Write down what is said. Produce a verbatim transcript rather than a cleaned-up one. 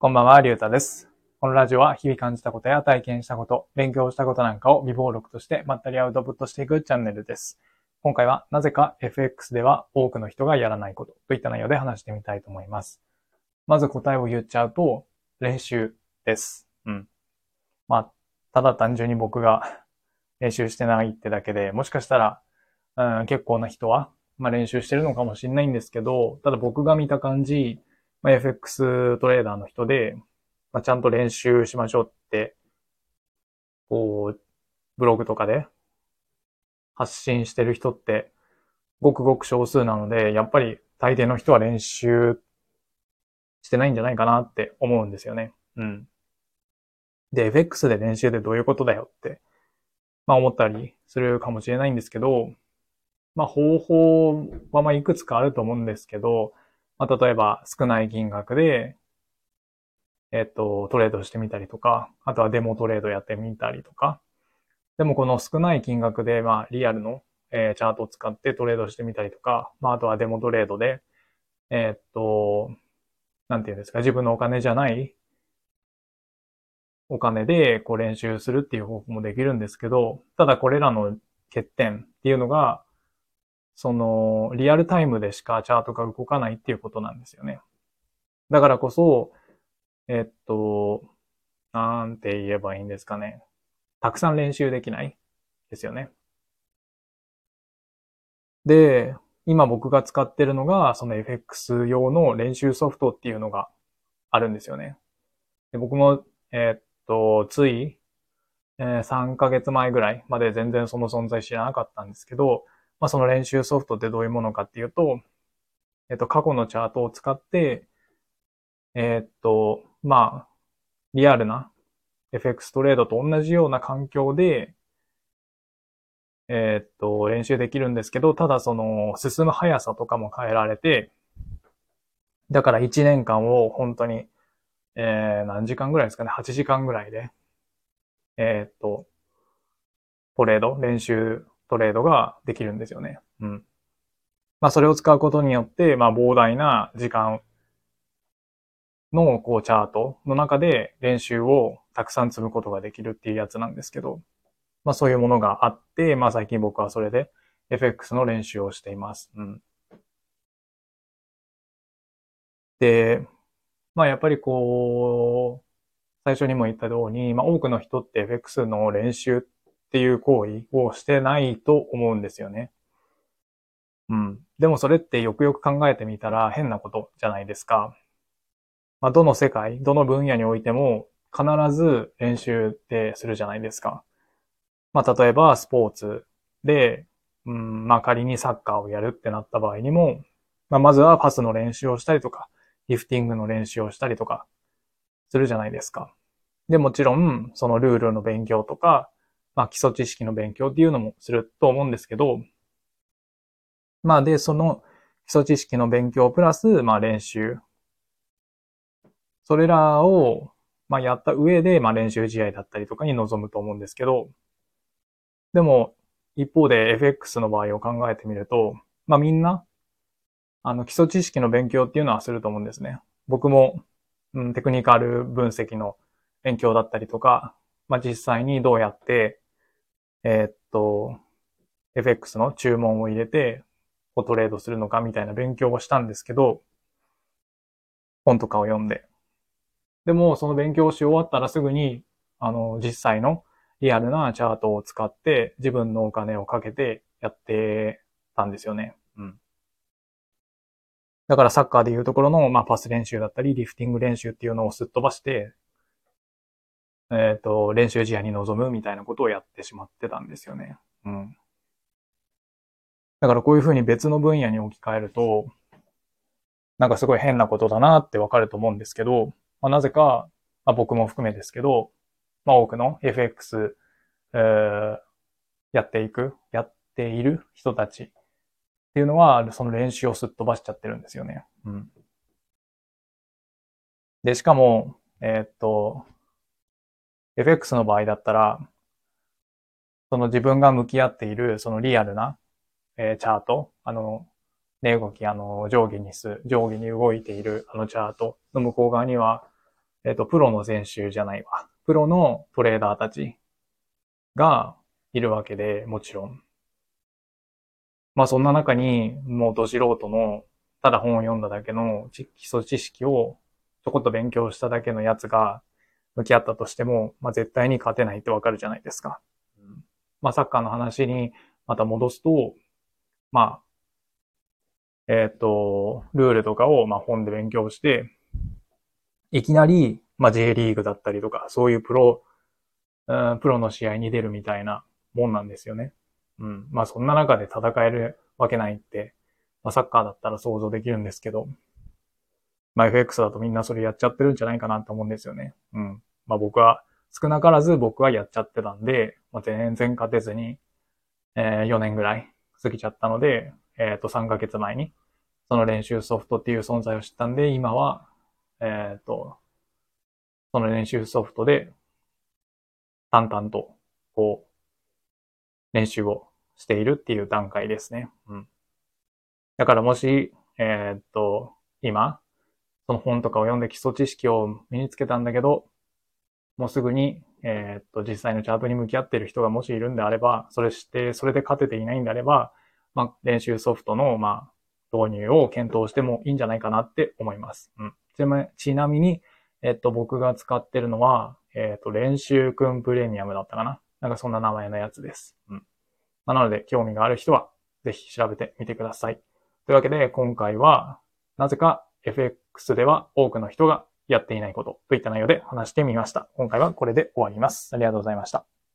こんばんは、りゅうたです。このラジオは日々感じたことや体験したこと、勉強したことなんかを微暴録としてまったりアウトプットしていくチャンネルです。今回はなぜか エフエックス では多くの人がやらないことといった内容で話してみたいと思います。まず答えを言っちゃうと、練習です。うん。まあ、ただ単純に僕が練習してないってだけで、もしかしたら、うん、結構な人は、まあ、練習してるのかもしれないんですけど、ただ僕が見た感じ、まあ、エフエックス トレーダーの人で、まあ、ちゃんと練習しましょうって、こう、ブログとかで発信してる人って、ごくごく少数なので、やっぱり大抵の人は練習してないんじゃないかなって思うんですよね。うん。で、エフエックス で練習でどういうことだよって、まあ思ったりするかもしれないんですけど、まあ方法はまあいくつかあると思うんですけど、まあ例えば少ない金額で、えっと、トレードしてみたりとか、あとはデモトレードやってみたりとか、でもこの少ない金額で、まあリアルの、えーチャートを使ってトレードしてみたりとか、まああとはデモトレードで、えっと、なんていうんですか、自分のお金じゃないお金でこう練習するっていう方法もできるんですけど、ただこれらの欠点っていうのが、その、リアルタイムでしかチャートが動かないっていうことなんですよね。だからこそ、えっと、なんて言えばいいんですかね。たくさん練習できないですよね。で、今僕が使ってるのが、その エフエックス 用の練習ソフトっていうのがあるんですよね。で僕も、えっと、つい、えーさんかげつまえぐらいまで全然その存在知らなかったんですけど、まあ、その練習ソフトってどういうものかっていうと、えっと、過去のチャートを使って、えっと、まあ、リアルな エフエックス トレードと同じような環境で、えっと、練習できるんですけど、ただその、進む速さとかも変えられて、だからいちねんかんを本当に、えー、何時間ぐらいですかね、はちじかんぐらいで、えっと、トレード、練習トレードができるんですよね。うん。まあ、それを使うことによって、まあ、膨大な時間の、こう、チャートの中で練習をたくさん積むことができるっていうやつなんですけど、まあ、そういうものがあって、まあ、最近僕はそれで エフエックス の練習をしています。うん。で、まあ、やっぱりこう、最初にも言ったように、まあ、多くの人って エフエックス の練習っていう行為をしてないと思うんですよね。うん。でもそれってよくよく考えてみたら変なことじゃないですか。まあ、どの世界、どの分野においても必ず練習ってするじゃないですか。まあ、例えばスポーツで、うん、まあ、仮にサッカーをやるってなった場合にも、まあ、まずはパスの練習をしたりとか、リフティングの練習をしたりとかするじゃないですか。で、もちろん、そのルールの勉強とか、まあ、基礎知識の勉強っていうのもすると思うんですけど、まあ、で、その基礎知識の勉強プラス、まあ、練習。それらを、まあ、やった上で、まあ、練習試合だったりとかに臨むと思うんですけど、でも、一方で エフエックス の場合を考えてみると、まあ、みんな、あの、基礎知識の勉強っていうのはすると思うんですね。僕も、うん、テクニカル分析の勉強だったりとか、まあ、実際にどうやって、えーっと、エフエックス の注文を入れて、こうトレードするのかみたいな勉強をしたんですけど、本とかを読んで。でも、その勉強をし終わったらすぐに、あの、実際のリアルなチャートを使って自分のお金をかけてやってたんですよね。うん。だからサッカーでいうところの、まあ、パス練習だったり、リフティング練習っていうのをすっ飛ばして、えっと、練習試合に臨むみたいなことをやってしまってたんですよね。うん。だからこういうふうに別の分野に置き換えると、なんかすごい変なことだなってわかると思うんですけど、まあ、なぜか、まあ、僕も含めですけど、まあ、多くの エフエックス、えーやっていく、やっている人たちっていうのは、その練習をすっ飛ばしちゃってるんですよね。うん。で、しかも、えーっと、エフエックス の場合だったら、その自分が向き合っている、そのリアルな、えーチャート、あの、値動き、あの、上下にす、上下に動いているあのチャートの向こう側には、 えっと、プロの選手じゃないわ。プロのトレーダーたちがいるわけで、もちろん。まあそんな中に、もうど素人の、ただ本を読んだだけの基礎知識をちょこっと勉強しただけのやつが向き合ったとしても、まあ絶対に勝てないってわかるじゃないですか。うん、まあサッカーの話にまた戻すと、まあ、えっと、ルールとかをまあ本で勉強して、いきなり、まあ J リーグだったりとか、そういうプロ、うん、プロの試合に出るみたいなもんなんですよね。うん。まあそんな中で戦えるわけないって、まあサッカーだったら想像できるんですけど、まあ エフエックス だとみんなそれやっちゃってるんじゃないかなと思うんですよね。うん。まあ僕は、少なからず僕はやっちゃってたんで、まあ、全然勝てずに、えー、よねんぐらい過ぎちゃったので、えっと、さんかげつまえに、その練習ソフトっていう存在を知ったんで、今は、えっと、その練習ソフトで、淡々と、こう、練習をしているっていう段階ですね。うん。だからもし、えーっと、今、その本とかを読んで基礎知識を身につけたんだけど、もうすぐに、えーっと、実際のチャートに向き合っている人がもしいるんであれば、それして、それで勝てていないんであれば、まあ、練習ソフトの、まあ、導入を検討してもいいんじゃないかなって思います。うん。ちなみに、えっと、僕が使ってるのは、えっと、練習くんプレミアムだったかな。なんかそんな名前のやつです。うん。なので、興味がある人は、ぜひ調べてみてください。というわけで、今回は、なぜか エフエックス では多くの人がやっていないことといった内容で話してみました。今回はこれで終わります。ありがとうございました。